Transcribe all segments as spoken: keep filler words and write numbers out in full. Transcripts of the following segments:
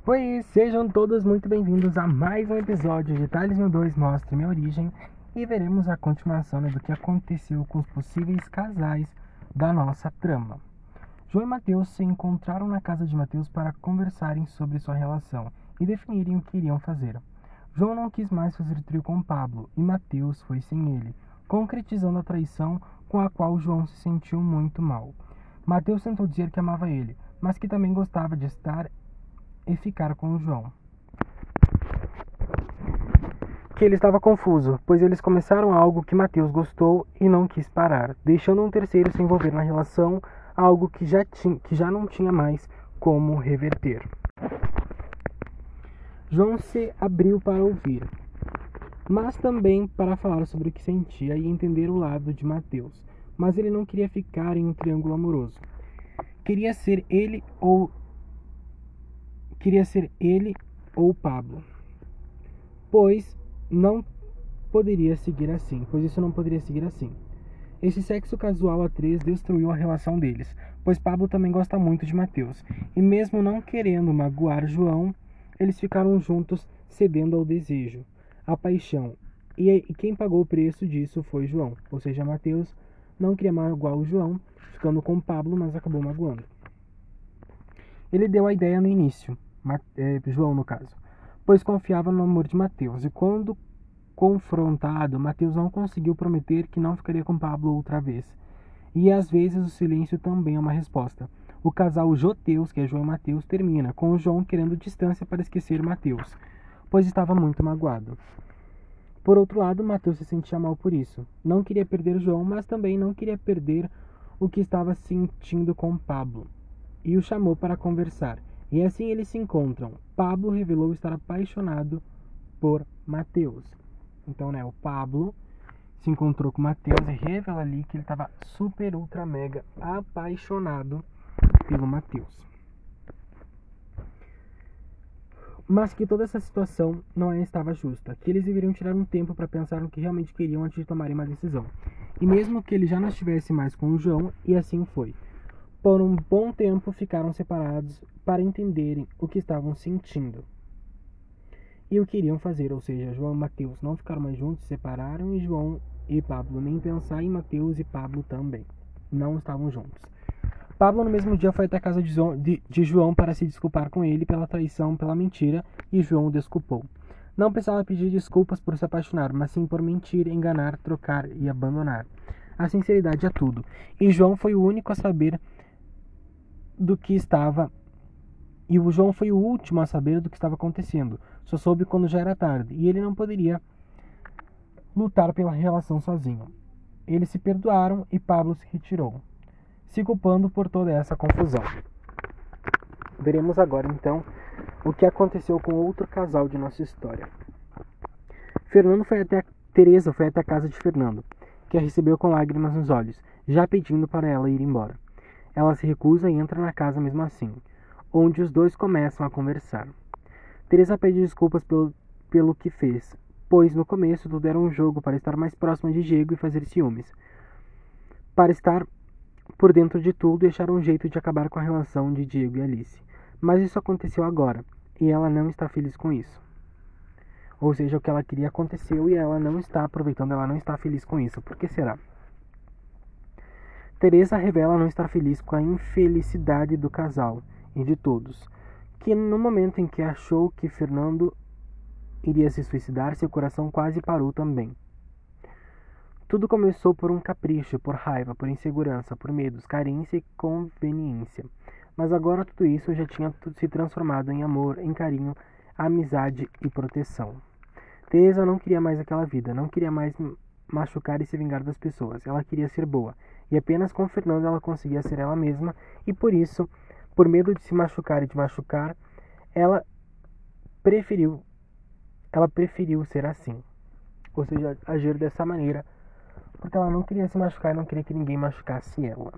Oi, sejam todos muito bem-vindos a mais um episódio de Talismã dois Mostre Minha Origem e veremos a continuação, né, do que aconteceu com os possíveis casais da nossa trama. João e Mateus se encontraram na casa de Mateus para conversarem sobre sua relação e definirem o que iriam fazer. João não quis mais fazer trio com Pablo e Mateus foi sem ele, concretizando a traição com a qual João se sentiu muito mal. Mateus tentou dizer que amava ele, mas que também gostava de estar e ficar com o João. Que ele estava confuso, pois eles começaram algo que Mateus gostou e não quis parar, deixando um terceiro se envolver na relação, algo que já, tinha, que já não tinha mais como reverter. João se abriu para ouvir, mas também para falar sobre o que sentia e entender o lado de Mateus, mas ele não queria ficar em um triângulo amoroso. Queria ser ele ou Queria ser ele ou Pablo, pois não poderia seguir assim, pois isso não poderia seguir assim. Esse sexo casual a três destruiu a relação deles, pois Pablo também gosta muito de Mateus, e mesmo não querendo magoar João, eles ficaram juntos cedendo ao desejo, à paixão, e, e quem pagou o preço disso foi João, ou seja, Mateus não queria magoar o João, ficando com Pablo, mas acabou magoando. Ele deu a ideia no início, João no caso, pois confiava no amor de Mateus, e quando confrontado, Mateus não conseguiu prometer que não ficaria com Pablo outra vez. E às vezes o silêncio também é uma resposta. O casal Joteus, que é João e Mateus, termina, com o João querendo distância para esquecer Mateus, pois estava muito magoado. Por outro lado, Mateus se sentia mal por isso. Não queria perder João, mas também não queria perder o que estava sentindo com Pablo, e o chamou para conversar. E assim eles se encontram. Pablo revelou estar apaixonado por Mateus. Então, né, o Pablo se encontrou com Mateus e revela ali que ele estava super, ultra, mega apaixonado pelo Mateus. Mas que toda essa situação não estava justa. Que eles deveriam tirar um tempo para pensar no que realmente queriam antes de tomarem uma decisão. E mesmo que ele já não estivesse mais com o João, e assim foi. Por um bom tempo ficaram separados para entenderem o que estavam sentindo e o que iriam fazer, ou seja, João e Mateus não ficaram mais juntos, se separaram, e João e Pablo nem pensar em Mateus e Pablo também não estavam juntos. Pablo no mesmo dia foi até a casa de João para se desculpar com ele pela traição, pela mentira, e João o desculpou. Não precisava pedir desculpas por se apaixonar, mas sim por mentir, enganar, trocar e abandonar. A sinceridade é tudo, e João foi o único a saber do que estava e o João foi o último a saber do que estava acontecendo. Só soube quando já era tarde, e ele não poderia lutar pela relação sozinho. Eles se perdoaram e Pablo se retirou, se culpando por toda essa confusão. Veremos agora então o que aconteceu com outro casal de nossa história. Fernando foi até Teresa foi até a casa de Fernando, que a recebeu com lágrimas nos olhos, já pedindo para ela ir embora. Ela se recusa e entra na casa mesmo assim, onde os dois começam a conversar. Teresa pede desculpas pelo, pelo que fez, pois no começo tudo era um jogo para estar mais próxima de Diego e fazer ciúmes. Para estar por dentro de tudo e achar um jeito de acabar com a relação de Diego e Alice. Mas isso aconteceu agora, e ela não está feliz com isso. Ou seja, o que ela queria aconteceu e ela não está aproveitando, ela não está feliz com isso. Por que será? Teresa revela não estar feliz com a infelicidade do casal e de todos, que no momento em que achou que Fernando iria se suicidar, seu coração quase parou também. Tudo começou por um capricho, por raiva, por insegurança, por medos, carência e conveniência. Mas agora tudo isso já tinha se transformado em amor, em carinho, amizade e proteção. Teresa não queria mais aquela vida, não queria mais machucar e se vingar das pessoas. Ela queria ser boa. E apenas com Fernando ela conseguia ser ela mesma, e por isso, por medo de se machucar e de machucar, ela preferiu, ela preferiu ser assim. Ou seja, agir dessa maneira, porque ela não queria se machucar e não queria que ninguém machucasse ela.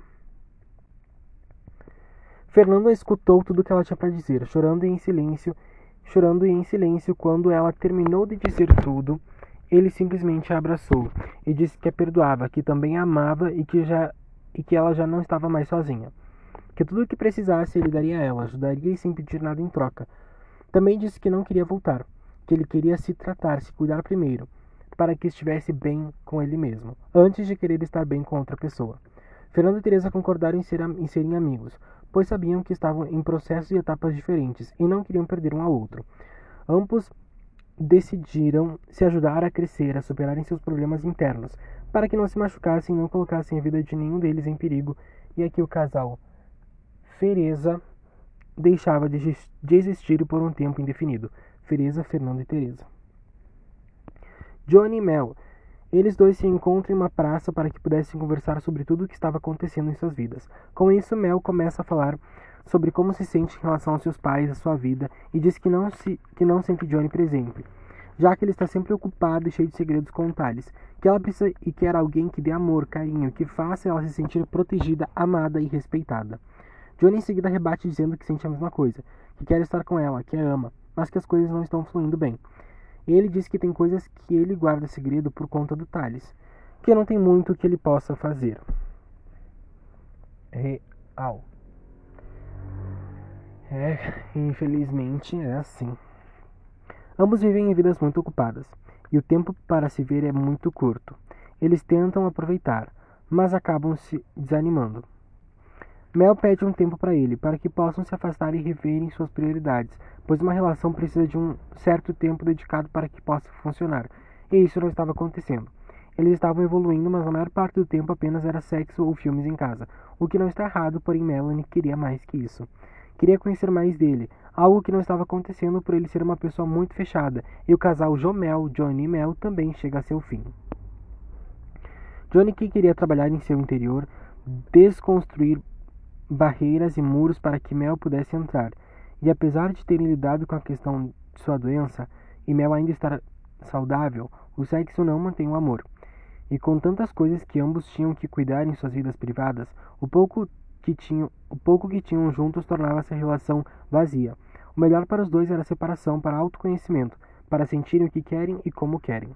Fernando escutou tudo o que ela tinha para dizer, chorando e em silêncio, chorando e em silêncio. Quando ela terminou de dizer tudo, ele simplesmente a abraçou e disse que a perdoava, que também a amava e que, já, e que ela já não estava mais sozinha. Que tudo o que precisasse ele daria a ela, ajudaria e sem pedir nada em troca. Também disse que não queria voltar, que ele queria se tratar, se cuidar primeiro, para que estivesse bem com ele mesmo, antes de querer estar bem com outra pessoa. Fernando e Teresa concordaram em, ser, em serem amigos, pois sabiam que estavam em processos e etapas diferentes e não queriam perder um ao outro. Ambos decidiram se ajudar a crescer, a superarem seus problemas internos, para que não se machucassem e não colocassem a vida de nenhum deles em perigo, e aqui o casal Fereza deixava de existir por um tempo indefinido. Fereza, Fernando e Teresa. Johnny e Mel. Eles dois se encontram em uma praça para que pudessem conversar sobre tudo o que estava acontecendo em suas vidas. Com isso, Mel começa a falar sobre como se sente em relação aos seus pais, à sua vida, e diz que não, se, que não sente Johnny presente, já que ele está sempre ocupado e cheio de segredos contar-lhes, que ela precisa e quer alguém que dê amor, carinho, que faça ela se sentir protegida, amada e respeitada. Johnny em seguida rebate dizendo que sente a mesma coisa, que quer estar com ela, que a ama, mas que as coisas não estão fluindo bem. Ele diz que tem coisas que ele guarda segredo por conta do Thales, que não tem muito que ele possa fazer. Real. É, infelizmente é assim. Ambos vivem em vidas muito ocupadas, e o tempo para se ver é muito curto. Eles tentam aproveitar, mas acabam se desanimando. Mel pede um tempo para ele, para que possam se afastar e reverem suas prioridades, pois uma relação precisa de um certo tempo dedicado para que possa funcionar, e isso não estava acontecendo. Eles estavam evoluindo, mas a maior parte do tempo apenas era sexo ou filmes em casa, o que não está errado, porém Melanie queria mais que isso. Queria conhecer mais dele, algo que não estava acontecendo por ele ser uma pessoa muito fechada, e o casal Jomel, Johnny e Mel também chega a seu fim. Johnny, que queria trabalhar em seu interior, desconstruir barreiras e muros para que Mel pudesse entrar, e apesar de terem lidado com a questão de sua doença e Mel ainda estar saudável, o sexo não mantém o amor. E com tantas coisas que ambos tinham que cuidar em suas vidas privadas, o pouco que tinham, o pouco que tinham juntos tornava-se a relação vazia. O melhor para os dois era a separação, para autoconhecimento, para sentirem o que querem e como querem.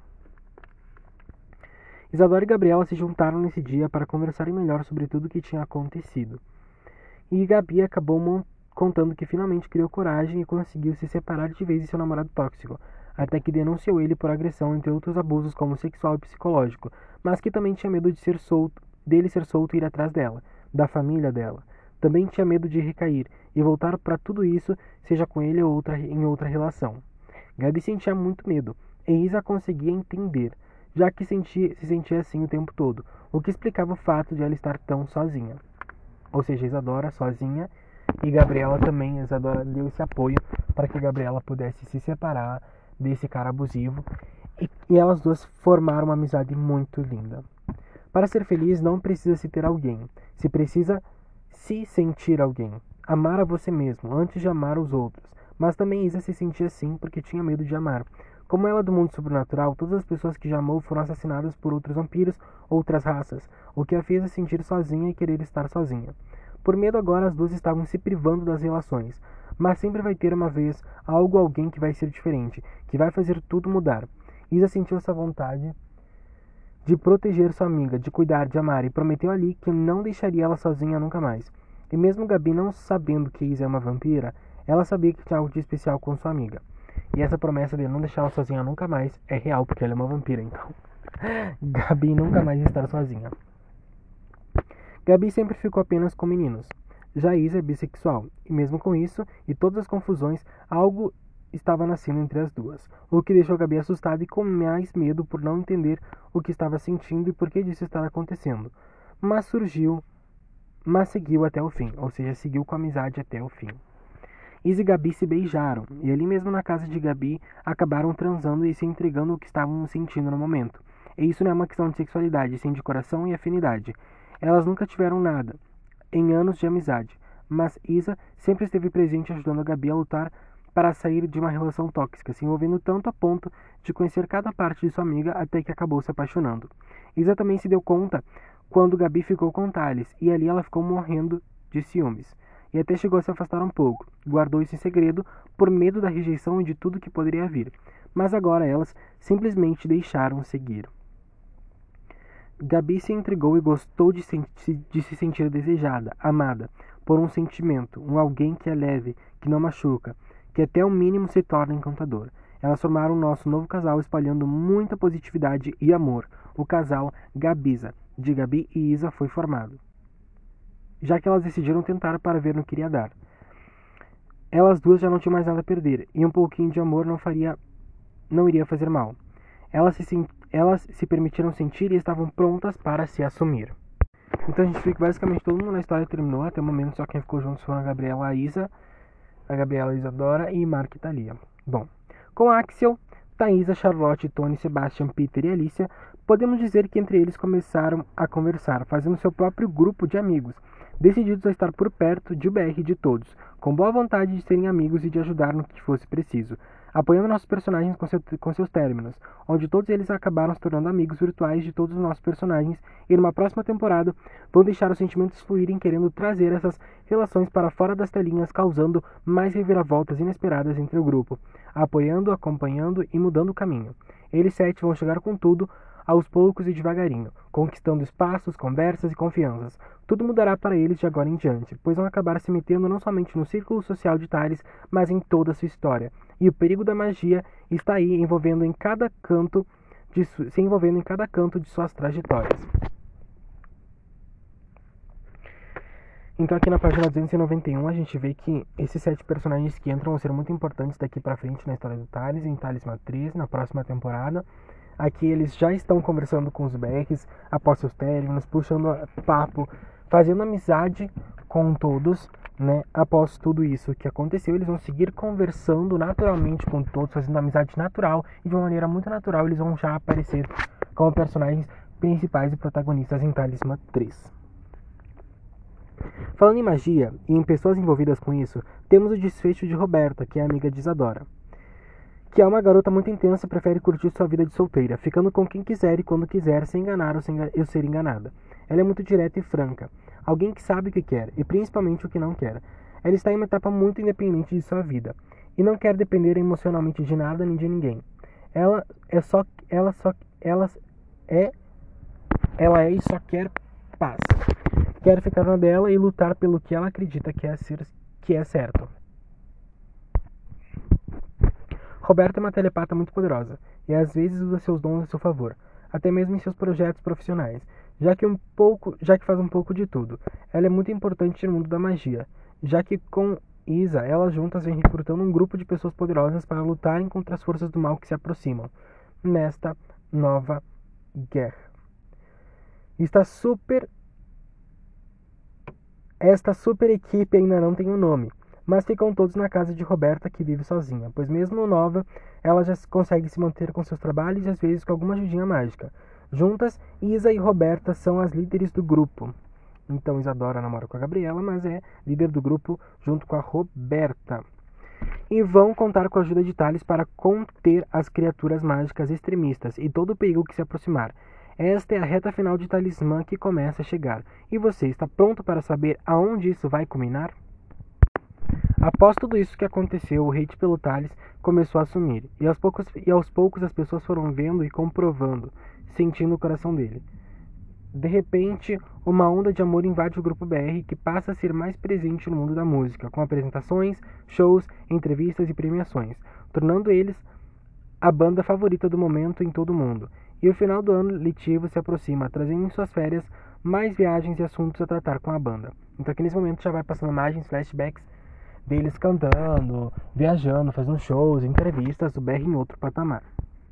Isadora e Gabriela se juntaram nesse dia para conversarem melhor sobre tudo o que tinha acontecido. E Gabi acabou contando que finalmente criou coragem e conseguiu se separar de vez de seu namorado tóxico, até que denunciou ele por agressão, entre outros abusos como sexual e psicológico, mas que também tinha medo de ser solto, dele ser solto e ir atrás dela, da família dela. Também tinha medo de recair e voltar para tudo isso, seja com ele ou outra, em outra relação. Gabi sentia muito medo, e Isa conseguia entender, já que sentia, se sentia assim o tempo todo, o que explicava o fato de ela estar tão sozinha. Ou seja, Isadora sozinha e Gabriela também. Isadora deu esse apoio para que Gabriela pudesse se separar desse cara abusivo, e, e elas duas formaram uma amizade muito linda. Para ser feliz não precisa se ter alguém, se precisa se sentir alguém, amar a você mesmo antes de amar os outros. Mas também Isa se sentia assim porque tinha medo de amar. Como ela é do mundo sobrenatural, todas as pessoas que já amou foram assassinadas por outros vampiros, outras raças, o que a fez se sentir sozinha e querer estar sozinha. Por medo agora as duas estavam se privando das relações, mas sempre vai ter uma vez algo ou alguém que vai ser diferente, que vai fazer tudo mudar. Isa sentiu essa vontade de proteger sua amiga, de cuidar, de amar, e prometeu ali que não deixaria ela sozinha nunca mais. E mesmo Gabi não sabendo que Isa é uma vampira, ela sabia que tinha algo de especial com sua amiga. E essa promessa de não deixar ela sozinha nunca mais é real, porque ela é uma vampira, então. Gabi nunca mais estar sozinha. Gabi sempre ficou apenas com meninos. Já Isa é bissexual, e mesmo com isso e todas as confusões, algo estava nascendo entre as duas, o que deixou Gabi assustada e com mais medo por não entender o que estava sentindo e por que disso estava acontecendo. Mas surgiu, mas seguiu até o fim, ou seja, seguiu com a amizade até o fim. Isa e Gabi se beijaram, e ali mesmo na casa de Gabi acabaram transando e se entregando o que estavam sentindo no momento. E isso não é uma questão de sexualidade, sim de coração e afinidade. Elas nunca tiveram nada, em anos de amizade, mas Isa sempre esteve presente ajudando a Gabi a lutar para sair de uma relação tóxica, se envolvendo tanto a ponto de conhecer cada parte de sua amiga até que acabou se apaixonando. Isa também se deu conta quando Gabi ficou com Thales, e ali ela ficou morrendo de ciúmes. E até chegou a se afastar um pouco. Guardou esse segredo por medo da rejeição e de tudo que poderia vir. Mas agora elas simplesmente deixaram seguir. Gabi se entregou e gostou de, se, de se sentir desejada, amada, por um sentimento, um alguém que é leve, que não machuca, que até o mínimo se torna encantador. Elas formaram o nosso novo casal, espalhando muita positividade e amor. O casal Gabiza, de Gabi e Isa, foi formado, já que elas decidiram tentar para ver no que iria dar. Elas duas já não tinham mais nada a perder, e um pouquinho de amor não faria, não iria fazer mal. Elas se, elas se permitiram sentir e estavam prontas para se assumir. Então a gente vê que basicamente todo mundo na história terminou até o momento, só quem ficou juntos foram a Gabriela, a Isa, a Gabriela, a Isadora e Mark e Thalia. Bom, com Axel, Thaisa, Charlotte, Tony, Sebastian, Peter e Alicia, podemos dizer que entre eles começaram a conversar, fazendo seu próprio grupo de amigos, decididos a estar por perto de B R de todos, com boa vontade de serem amigos e de ajudar no que fosse preciso, apoiando nossos personagens com, seu, com seus términos, onde todos eles acabaram se tornando amigos virtuais de todos os nossos personagens, e numa próxima temporada vão deixar os sentimentos fluírem, querendo trazer essas relações para fora das telinhas, causando mais reviravoltas inesperadas entre o grupo, apoiando, acompanhando e mudando o caminho. Eles sete vão chegar com tudo, aos poucos e devagarinho, conquistando espaços, conversas e confianças. Tudo mudará para eles de agora em diante, pois vão acabar se metendo não somente no círculo social de Thales, mas em toda a sua história. E o perigo da magia está aí, envolvendo em cada canto de su... se envolvendo em cada canto de suas trajetórias. Então aqui na página duzentos e noventa e um a gente vê que esses sete personagens que entram vão ser muito importantes daqui para frente na história do Thales, em Talismã três, na próxima temporada. Aqui eles já estão conversando com os B Rs após seus términos, puxando papo, fazendo amizade com todos, né? Após tudo isso que aconteceu, eles vão seguir conversando naturalmente com todos, fazendo amizade natural, e de uma maneira muito natural eles vão já aparecer como personagens principais e protagonistas em Talismã três. Falando em magia e em pessoas envolvidas com isso, temos o desfecho de Roberta, que é amiga de Isadora, que é uma garota muito intensa e prefere curtir sua vida de solteira, ficando com quem quiser e quando quiser, sem enganar ou sem eu ser enganada. Ela é muito direta e franca, alguém que sabe o que quer e principalmente o que não quer. Ela está em uma etapa muito independente de sua vida e não quer depender emocionalmente de nada nem de ninguém. Ela é só ela só ela é ela é e só quer paz. Quer ficar na dela e lutar pelo que ela acredita que é ser, que é certo. Roberta é uma telepata muito poderosa, e às vezes usa seus dons a seu favor, até mesmo em seus projetos profissionais, já que, um pouco, já que faz um pouco de tudo. Ela é muito importante no mundo da magia, já que com Isa, elas juntas vêm recrutando um grupo de pessoas poderosas para lutarem contra as forças do mal que se aproximam, nesta nova guerra. Está super... Esta super equipe ainda não tem um nome, mas ficam todos na casa de Roberta, que vive sozinha, pois mesmo nova, ela já consegue se manter com seus trabalhos e às vezes com alguma ajudinha mágica. Juntas, Isa e Roberta são as líderes do grupo. Então Isadora namora com a Gabriela, mas é líder do grupo junto com a Roberta. E vão contar com a ajuda de Thales para conter as criaturas mágicas extremistas e todo o perigo que se aproximar. Esta é a reta final de Talismã que começa a chegar. E você está pronto para saber aonde isso vai culminar? Após tudo isso que aconteceu, o hate pelo Thales começou a sumir, e aos poucos, e aos poucos as pessoas foram vendo e comprovando, sentindo o coração dele. De repente, uma onda de amor invade o grupo B R, que passa a ser mais presente no mundo da música, com apresentações, shows, entrevistas e premiações, tornando eles a banda favorita do momento em todo o mundo. E o final do ano letivo se aproxima, trazendo em suas férias mais viagens e assuntos a tratar com a banda. Então aqui nesse momento já vai passando imagens, flashbacks deles cantando, viajando, fazendo shows, entrevistas, o B R em outro patamar.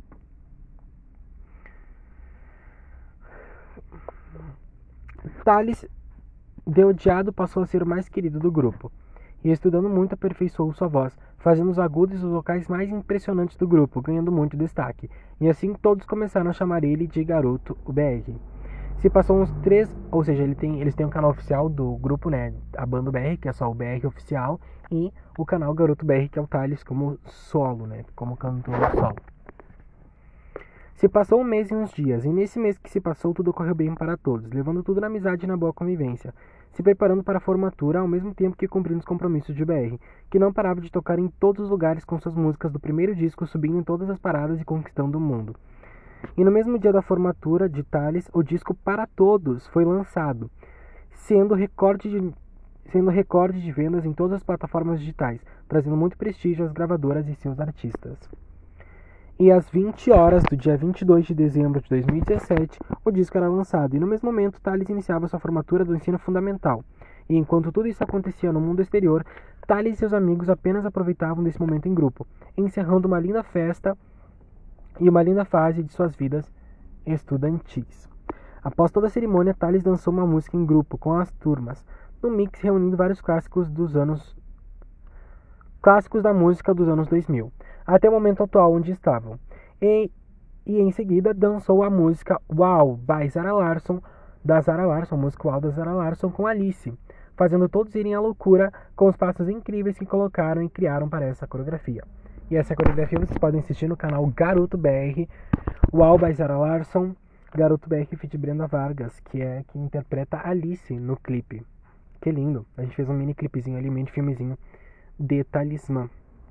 Thales, de odiado, passou a ser o mais querido do grupo, e estudando muito aperfeiçoou sua voz, fazendo os agudos e os vocais mais impressionantes do grupo, ganhando muito destaque, e assim todos começaram a chamar ele de Garoto o B R. Se passou uns três, ou seja, ele tem, eles têm um canal oficial do grupo, né, a banda B R, que é só o B R oficial, e o canal Garoto B R, que é o Thales como solo, né, como cantor solo. Se passou um mês e uns dias, e nesse mês que se passou tudo correu bem para todos, levando tudo na amizade e na boa convivência, se preparando para a formatura ao mesmo tempo que cumprindo os compromissos de B R, que não parava de tocar em todos os lugares com suas músicas do primeiro disco, subindo em todas as paradas e conquistando o mundo. E no mesmo dia da formatura de Thales, o disco Para Todos foi lançado, sendo recorde de, sendo recorde de vendas em todas as plataformas digitais, trazendo muito prestígio às gravadoras e seus artistas. E às vinte horas do dia vinte e dois de dezembro de dois mil e dezessete, o disco era lançado, e no mesmo momento Thales iniciava sua formatura do ensino fundamental. E enquanto tudo isso acontecia no mundo exterior, Thales e seus amigos apenas aproveitavam desse momento em grupo, encerrando uma linda festa e uma linda fase de suas vidas estudantis. Após toda a cerimônia, Thales dançou uma música em grupo com as turmas, no mix reunindo vários clássicos dos anos clássicos da música dos anos dois mil, até o momento atual onde estavam. E, e em seguida dançou a música Wow, by Zara Larsson, da Zara Larsson, a música Wow da Zara Larsson com Alice, fazendo todos irem à loucura com os passos incríveis que colocaram e criaram para essa coreografia. E essa coreografia vocês podem assistir no canal Garoto B R, Wow by Zara Larsson, Garoto B R feat. Brenda Vargas, que é que interpreta Alice no clipe. Que lindo. A gente fez um mini clipezinho ali, um mini filmezinho de Talismã.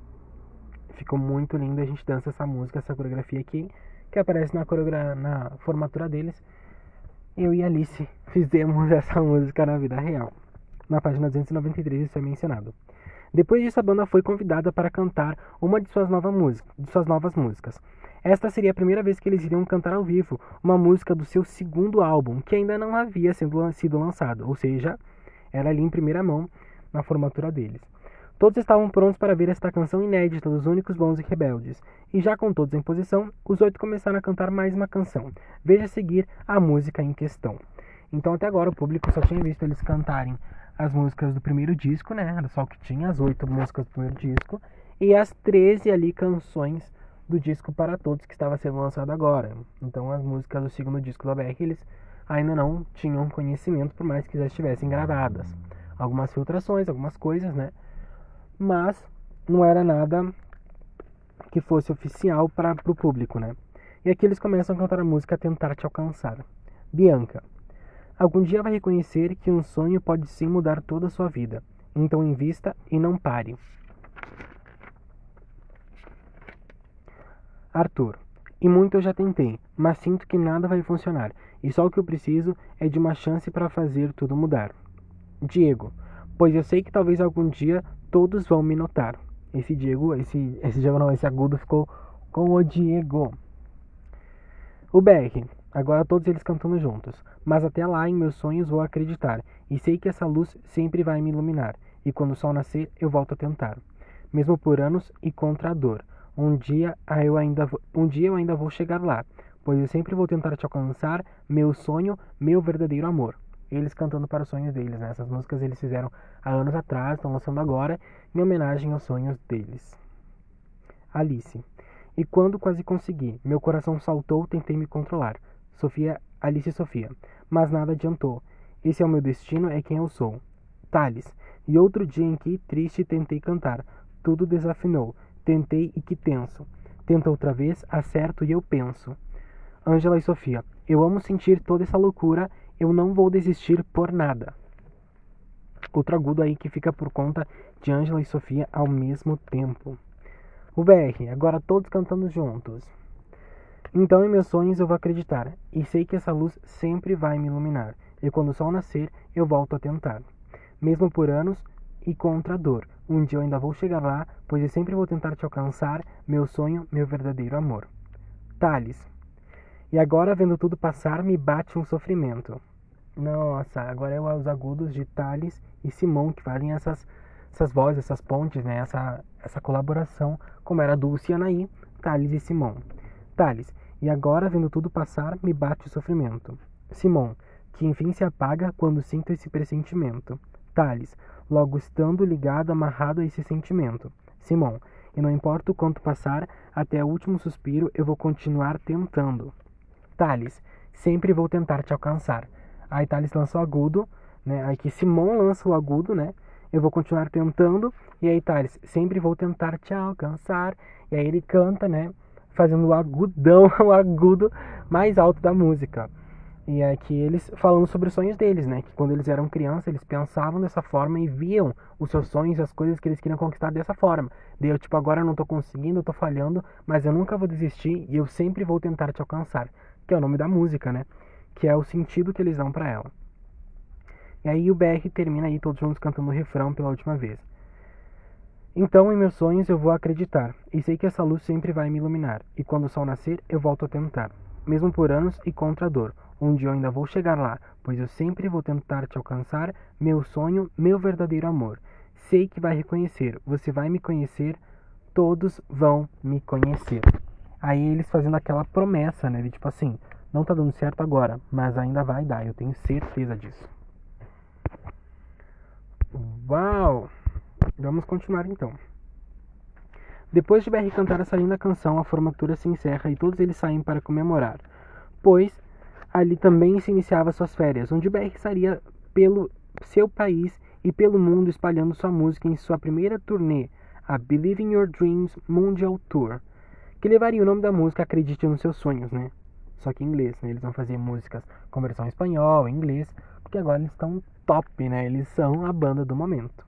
Ficou muito lindo. A gente dança essa música, essa coreografia aqui, que aparece na, coreogra... na formatura deles. Eu e Alice fizemos essa música na vida real. Na página duzentos e noventa e três isso é mencionado. Depois disso, a banda foi convidada para cantar uma de suas, nova música, de suas novas músicas. Esta seria a primeira vez que eles iriam cantar ao vivo uma música do seu segundo álbum, que ainda não havia sido lançado, ou seja, era ali em primeira mão na formatura deles. Todos estavam prontos para ver esta canção inédita dos Únicos Bons e Rebeldes, e já com todos em posição, os oito começaram a cantar mais uma canção. Veja a seguir a música em questão. Então até agora o público só tinha visto eles cantarem as músicas do primeiro disco, né? Era só o que tinha, as oito músicas do primeiro disco, e as treze ali canções do disco Para Todos, que estava sendo lançado agora. Então as músicas do segundo disco da B R, eles ainda não tinham conhecimento, por mais que já estivessem gravadas. Algumas filtrações, algumas coisas, né? Mas não era nada que fosse oficial para o público, né? E aqui eles começam a cantar a música Tentar Te Alcançar. Bianca. Algum dia vai reconhecer que um sonho pode sim mudar toda a sua vida. Então invista e não pare. Arthur. E muito eu já tentei, mas sinto que nada vai funcionar. E só o que eu preciso é de uma chance para fazer tudo mudar. Diego. Pois eu sei que talvez algum dia todos vão me notar. Esse Diego, esse, esse Diego não, esse agudo ficou com o Diego. O B R. Agora todos eles cantando juntos. Mas até lá em meus sonhos vou acreditar. E sei que essa luz sempre vai me iluminar. E quando o sol nascer eu volto a tentar. Mesmo por anos e contra a dor. Um dia eu ainda vou, um dia eu ainda vou chegar lá. Pois eu sempre vou tentar te alcançar. Meu sonho, meu verdadeiro amor. Eles cantando para os sonhos deles, né? Essas músicas eles fizeram há anos atrás, estão lançando agora, em homenagem aos sonhos deles. Alice. E quando quase consegui, meu coração saltou, tentei me controlar. Sofia, Alice e Sofia. Mas nada adiantou. Esse é o meu destino, é quem eu sou. Thales. E outro dia em que, triste, tentei cantar. Tudo desafinou. Tentei e que tenso. Tenta outra vez, acerto e eu penso. Ângela e Sofia. Eu amo sentir toda essa loucura. Eu não vou desistir por nada. Outro agudo aí que fica por conta de Ângela e Sofia ao mesmo tempo. O B R, agora todos cantando juntos. Então em meus sonhos eu vou acreditar, e sei que essa luz sempre vai me iluminar, e quando o sol nascer eu volto a tentar. Mesmo por anos e contra a dor, um dia eu ainda vou chegar lá, pois eu sempre vou tentar te alcançar, meu sonho, meu verdadeiro amor. Thales. E agora vendo tudo passar me bate um sofrimento. Nossa, agora é os agudos de Thales e Simon que fazem essas, essas vozes, essas pontes, né? Essa, essa colaboração, como era Dulce e Anaí, Thales e Simon. Thales, e agora vendo tudo passar, me bate o sofrimento. Simon, que enfim se apaga quando sinto esse pressentimento. Thales, logo estando ligado, amarrado a esse sentimento. Simon, e não importa o quanto passar, até o último suspiro eu vou continuar tentando. Thales, sempre vou tentar te alcançar. Aí Thales lança o agudo, né? Aí que Simon lança o agudo, né? Eu vou continuar tentando. E aí Thales, sempre vou tentar te alcançar. E aí ele canta, né? Fazendo o agudão, o agudo mais alto da música. E é que eles falando sobre os sonhos deles, né? Que quando eles eram crianças, eles pensavam dessa forma e viam os seus sonhos, as coisas que eles queriam conquistar dessa forma. Daí eu, tipo, agora eu não tô conseguindo, eu tô falhando, mas eu nunca vou desistir e eu sempre vou tentar te alcançar. Que é o nome da música, né? Que é o sentido que eles dão pra ela. E aí o B R termina aí todos juntos cantando o refrão pela última vez. Então, em meus sonhos eu vou acreditar, e sei que essa luz sempre vai me iluminar, e quando o sol nascer eu volto a tentar, mesmo por anos e contra a dor, onde eu ainda vou chegar lá, pois eu sempre vou tentar te alcançar, meu sonho, meu verdadeiro amor. Sei que vai reconhecer, você vai me conhecer, todos vão me conhecer. Aí eles fazendo aquela promessa, né, de tipo assim, não tá dando certo agora, mas ainda vai dar, eu tenho certeza disso. Uau! Vamos continuar então. Depois de B R cantar essa linda canção, a formatura se encerra e todos eles saem para comemorar, pois ali também se iniciava suas férias, onde B R estaria pelo seu país e pelo mundo espalhando sua música em sua primeira turnê, a Believe in Your Dreams Mundial Tour, que levaria o nome da música Acredite nos Seus Sonhos, né? Só que em inglês, né? Eles vão fazer músicas com versão em espanhol, em inglês, porque agora eles estão top, né? Eles são a banda do momento.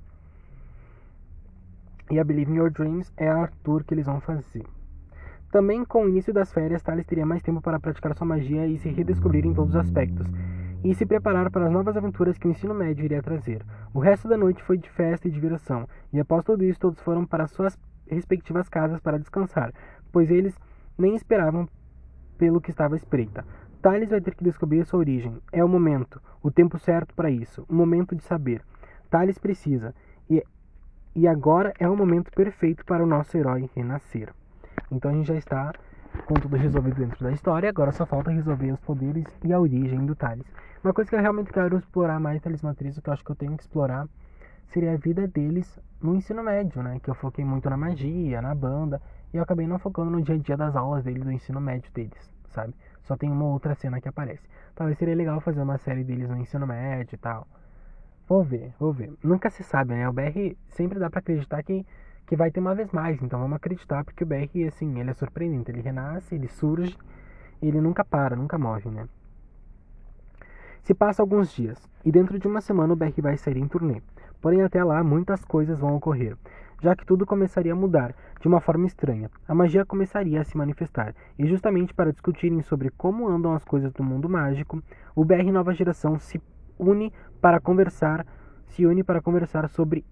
E a Believe in Your Dreams é a tour que eles vão fazer. Também com o início das férias, Thales teria mais tempo para praticar sua magia e se redescobrir em todos os aspectos, e se preparar para as novas aventuras que o ensino médio iria trazer. O resto da noite foi de festa e diversão, e após tudo isso todos foram para suas respectivas casas para descansar, pois eles nem esperavam pelo que estava à espreita. Thales vai ter que descobrir sua origem. É o momento, o tempo certo para isso, o momento de saber. Thales precisa, e E agora é o momento perfeito para o nosso herói renascer. Então a gente já está com tudo resolvido dentro da história. Agora só falta resolver os poderes e a origem do Thales. Uma coisa que eu realmente quero explorar mais Talismã Trisco, que eu acho que eu tenho que explorar, seria a vida deles no ensino médio, né? Que eu foquei muito na magia, na banda, e eu acabei não focando no dia a dia das aulas deles, do ensino médio deles, sabe? Só tem uma outra cena que aparece. Talvez seria legal fazer uma série deles no ensino médio e tal. Vou ver, vou ver. Nunca se sabe, né? O B R sempre dá pra acreditar que, que vai ter uma vez mais. Então vamos acreditar, porque o B R, assim, ele é surpreendente. Ele renasce, ele surge, e ele nunca para, nunca morre, né? Se passa alguns dias, e dentro de uma semana o B R vai sair em turnê. Porém, até lá, muitas coisas vão ocorrer, já que tudo começaria a mudar, de uma forma estranha. A magia começaria a se manifestar, e justamente para discutirem sobre como andam as coisas do mundo mágico, o B R Nova Geração se une para conversar, se une para conversar sobre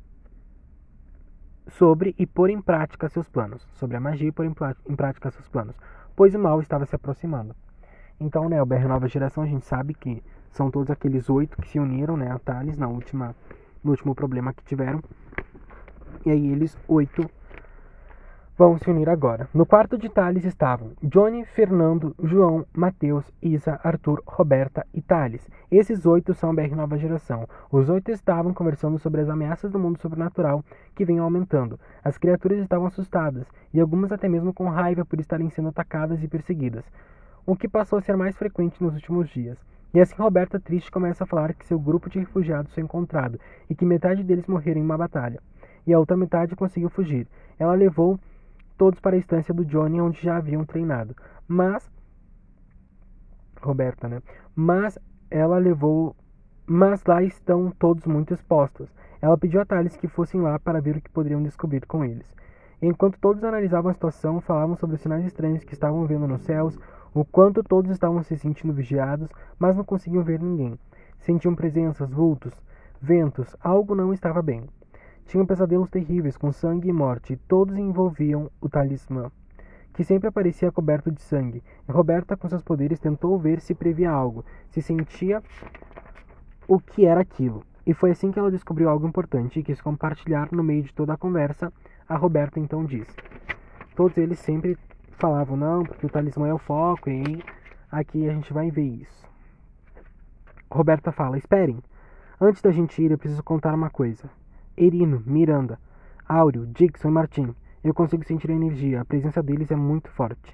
sobre e pôr em prática seus planos, sobre a magia e pôr em, em prática seus planos, pois o mal estava se aproximando. Então, né, o B R Nova Geração, a gente sabe que são todos aqueles oito que se uniram, né, a Thales, na última, no último problema que tiveram. E aí eles, oito, vão se unir agora. No quarto de Thales estavam Johnny, Fernando, João, Matheus, Isa, Arthur, Roberta e Thales. Esses oito são a B R Nova Geração. Os oito estavam conversando sobre as ameaças do mundo sobrenatural que vinham aumentando. As criaturas estavam assustadas, e algumas até mesmo com raiva por estarem sendo atacadas e perseguidas, o que passou a ser mais frequente nos últimos dias. E assim Roberta, triste, começa a falar que seu grupo de refugiados foi encontrado, e que metade deles morreram em uma batalha, e a outra metade conseguiu fugir. Ela levou todos para a estância do Johnny, onde já haviam treinado. Mas Roberta, né? Mas ela levou, mas lá estão todos muito expostos. Ela pediu a Thales que fossem lá para ver o que poderiam descobrir com eles. Enquanto todos analisavam a situação, falavam sobre os sinais estranhos que estavam vendo nos céus, o quanto todos estavam se sentindo vigiados, mas não conseguiam ver ninguém. Sentiam presenças, vultos, ventos, algo não estava bem. Tinham pesadelos terríveis com sangue e morte, e todos envolviam o talismã, que sempre aparecia coberto de sangue. E Roberta, com seus poderes, tentou ver se previa algo, se sentia o que era aquilo. E foi assim que ela descobriu algo importante e quis compartilhar no meio de toda a conversa. A Roberta então disse. Todos eles sempre falavam, não, porque o talismã é o foco, e aqui a gente vai ver isso. Roberta fala, esperem, antes da gente ir eu preciso contar uma coisa. Erino, Miranda, Áureo, Dixon e Martim. Eu consigo sentir a energia, a presença deles é muito forte.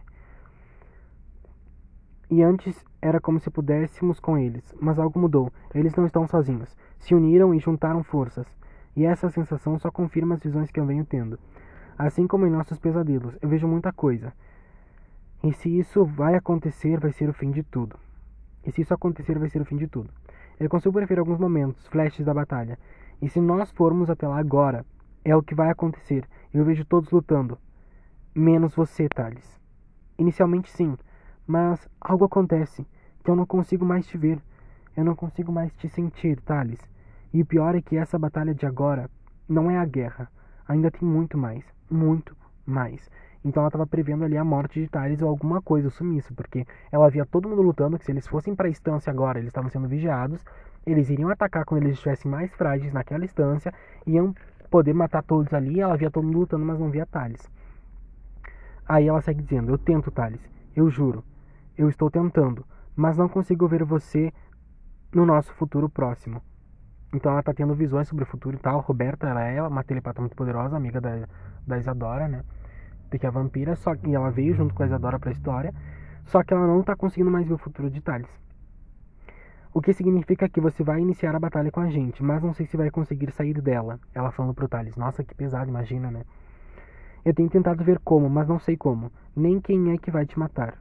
E antes era como se pudéssemos com eles, mas algo mudou. Eles não estão sozinhos. Se uniram e juntaram forças. E essa sensação só confirma as visões que eu venho tendo. Assim como em nossos pesadelos, eu vejo muita coisa. E se isso vai acontecer, vai ser o fim de tudo. E se isso acontecer, vai ser o fim de tudo. Eu consigo prever alguns momentos, flashes da batalha. E se nós formos até lá agora, é o que vai acontecer. Eu vejo todos lutando. Menos você, Thales. Inicialmente sim, mas algo acontece, que eu não consigo mais te ver. Eu não consigo mais te sentir, Thales. E o pior é que essa batalha de agora não é a guerra. Ainda tem muito mais. Muito mais. Então ela estava prevendo ali a morte de Thales ou alguma coisa, o sumiço. Porque ela via todo mundo lutando, que se eles fossem para a estância agora, eles estavam sendo vigiados. Eles iriam atacar quando eles estivessem mais frágeis naquela estância. Iam poder matar todos ali. Ela via todo mundo lutando, mas não via Thales. Aí ela segue dizendo: eu tento, Thales. Eu juro. Eu estou tentando. Mas não consigo ver você no nosso futuro próximo. Então ela tá tendo visões sobre o futuro e tal. Roberta, ela é uma telepata muito poderosa, amiga da, da Isadora, né? Que é a vampira, só que ela veio junto com a Isadora pra história. Só que ela não tá conseguindo mais ver o futuro de Thales. O que significa que você vai iniciar a batalha com a gente, mas não sei se vai conseguir sair dela. Ela falando pro Thales: nossa, que pesado, imagina, né? Eu tenho tentado ver como, mas não sei como. Nem quem é que vai te matar.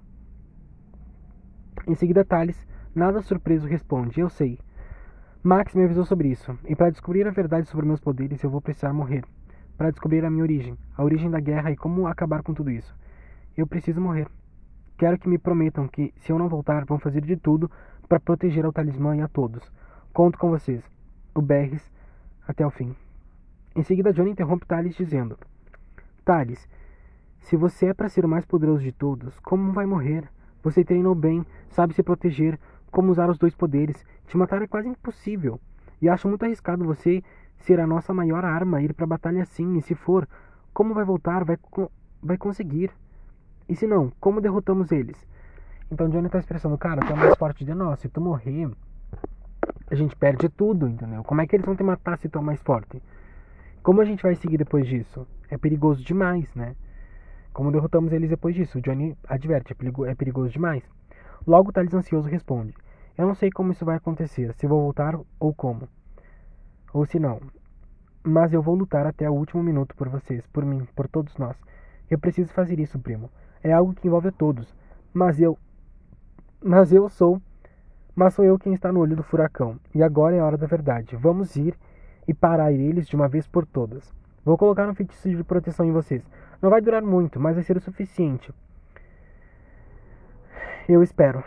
Em seguida, Thales, nada surpreso, responde: eu sei. Max me avisou sobre isso, e para descobrir a verdade sobre meus poderes eu vou precisar morrer. Para descobrir a minha origem, a origem da guerra e como acabar com tudo isso. Eu preciso morrer. Quero que me prometam que, se eu não voltar, vão fazer de tudo para proteger ao talismã e a todos. Conto com vocês. O Berres, até o fim. Em seguida, Johnny interrompe Thales dizendo: Thales, se você é para ser o mais poderoso de todos, como vai morrer? Você treinou bem, sabe se proteger, como usar os dois poderes. Te matar é quase impossível. E acho muito arriscado você ser a nossa maior arma, ir pra batalha assim. E se for, como vai voltar? Vai, vai conseguir. E se não, como derrotamos eles? Então Johnny tá expressando: cara, tu é o mais forte de nós. Se tu morrer, a gente perde tudo, entendeu? Como é que eles vão te matar se tu é o mais forte? Como a gente vai seguir depois disso? É perigoso demais, né? Como derrotamos eles depois disso? O Johnny adverte: é, perigo, é perigoso demais. Logo, Thales ansioso responde: eu não sei como isso vai acontecer, se vou voltar ou como. Ou se não. Mas eu vou lutar até o último minuto por vocês, por mim, por todos nós. Eu preciso fazer isso, primo. É algo que envolve a todos. Mas eu... Mas eu sou... Mas sou eu quem está no olho do furacão. E agora é a hora da verdade. Vamos ir e parar eles de uma vez por todas. Vou colocar um feitiço de proteção em vocês. Não vai durar muito, mas vai ser o suficiente. Eu espero.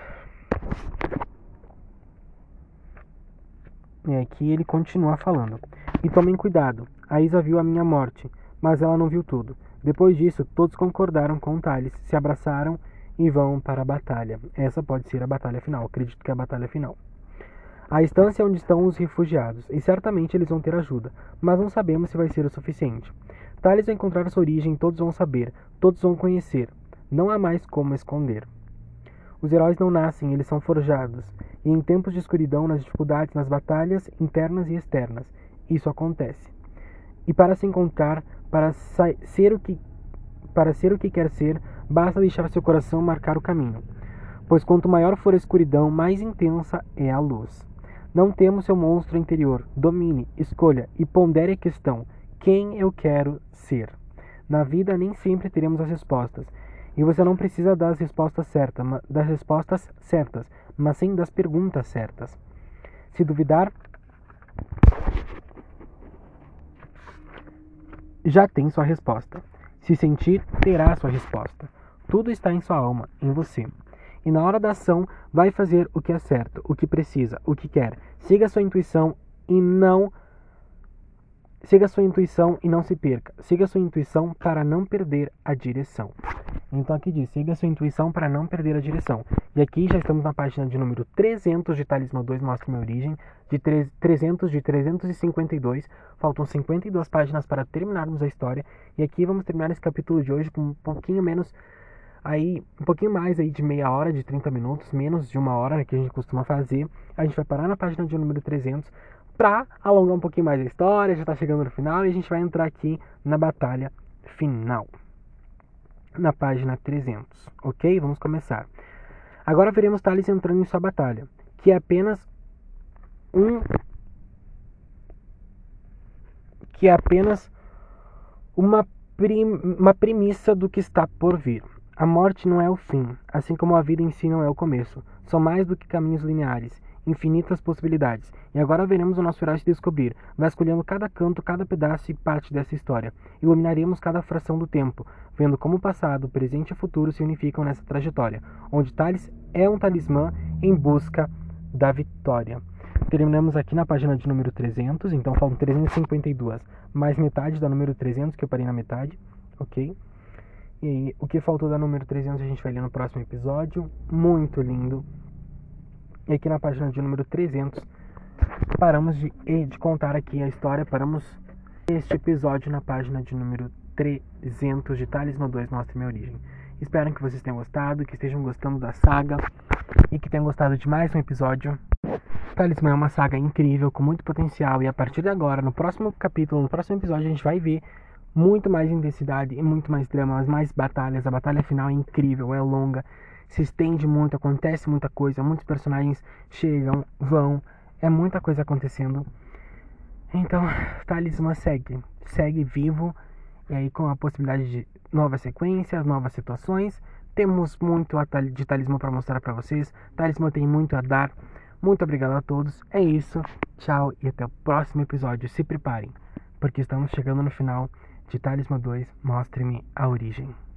E aqui ele continua falando: e tomem cuidado, a Isa viu a minha morte, mas ela não viu tudo. Depois disso, todos concordaram com Thales, se abraçaram e vão para a batalha. Essa pode ser a batalha final, acredito que é a batalha final. A estância é onde estão os refugiados, e certamente eles vão ter ajuda, mas não sabemos se vai ser o suficiente. Thales vai encontrar sua origem, todos vão saber, todos vão conhecer. Não há mais como esconder. Os heróis não nascem, eles são forjados. E em tempos de escuridão, nas dificuldades, nas batalhas internas e externas, isso acontece. E para se encontrar, para ser o que, para ser o que quer ser, basta deixar seu coração marcar o caminho. Pois quanto maior for a escuridão, mais intensa é a luz. Não temos seu monstro interior. Domine, escolha e pondere a questão: quem eu quero ser? Na vida nem sempre teremos as respostas. E você não precisa das respostas certas, das respostas certas, mas sim das perguntas certas. Se duvidar, já tem sua resposta. Se sentir, terá sua resposta. Tudo está em sua alma, em você. E na hora da ação, vai fazer o que é certo, o que precisa, o que quer. Siga sua intuição e não Siga sua intuição e não se perca. Siga sua intuição para não perder a direção. Então aqui diz: siga sua intuição para não perder a direção. E aqui já estamos na página de número trezentos de Talismã dois, Mostra Minha Origem. De trezentos de trezentos e cinquenta e dois. Faltam cinquenta e duas páginas para terminarmos a história. E aqui vamos terminar esse capítulo de hoje com um pouquinho menos... Aí, um pouquinho mais aí de meia hora, de trinta minutos, menos de uma hora, né, que a gente costuma fazer. A gente vai parar na página de número trezentos para alongar um pouquinho mais a história. Já está chegando no final e a gente vai entrar aqui na batalha final, na página trezentos, ok? Vamos começar. Agora veremos Thales entrando em sua batalha, que é apenas um... que é apenas uma, prim... uma premissa do que está por vir. A morte não é o fim, assim como a vida em si não é o começo. São mais do que caminhos lineares, infinitas possibilidades. E agora veremos o nosso herói se descobrir, vasculhando cada canto, cada pedaço e parte dessa história. Iluminaremos cada fração do tempo, vendo como o passado, o presente e o futuro se unificam nessa trajetória, onde Thales é um talismã em busca da vitória. Terminamos aqui na página de número trezentos, então faltam trezentos e cinquenta e dois, mais metade da número trezentos, que eu parei na metade, ok? E aí, o que faltou da número trezentos a gente vai ler no próximo episódio, muito lindo. E aqui na página de número trezentos, paramos de, de contar aqui a história, paramos este episódio na página de número trezentos de Talismã dois, Mostre Minha Origem. Espero que vocês tenham gostado, que estejam gostando da saga e que tenham gostado de mais um episódio. Talismã é uma saga incrível, com muito potencial, e a partir de agora, no próximo capítulo, no próximo episódio, a gente vai ver muito mais intensidade e muito mais drama, mais batalhas. A batalha final é incrível, é longa, se estende muito, acontece muita coisa, muitos personagens chegam, vão, é muita coisa acontecendo. Então, Talismã segue, segue vivo, e aí com a possibilidade de novas sequências, novas situações. Temos muito de Talismã para mostrar para vocês. Talismã tem muito a dar. Muito obrigado a todos. É isso. Tchau e até o próximo episódio. Se preparem, porque estamos chegando no final de Talismã dois, Mostre-me a Origem.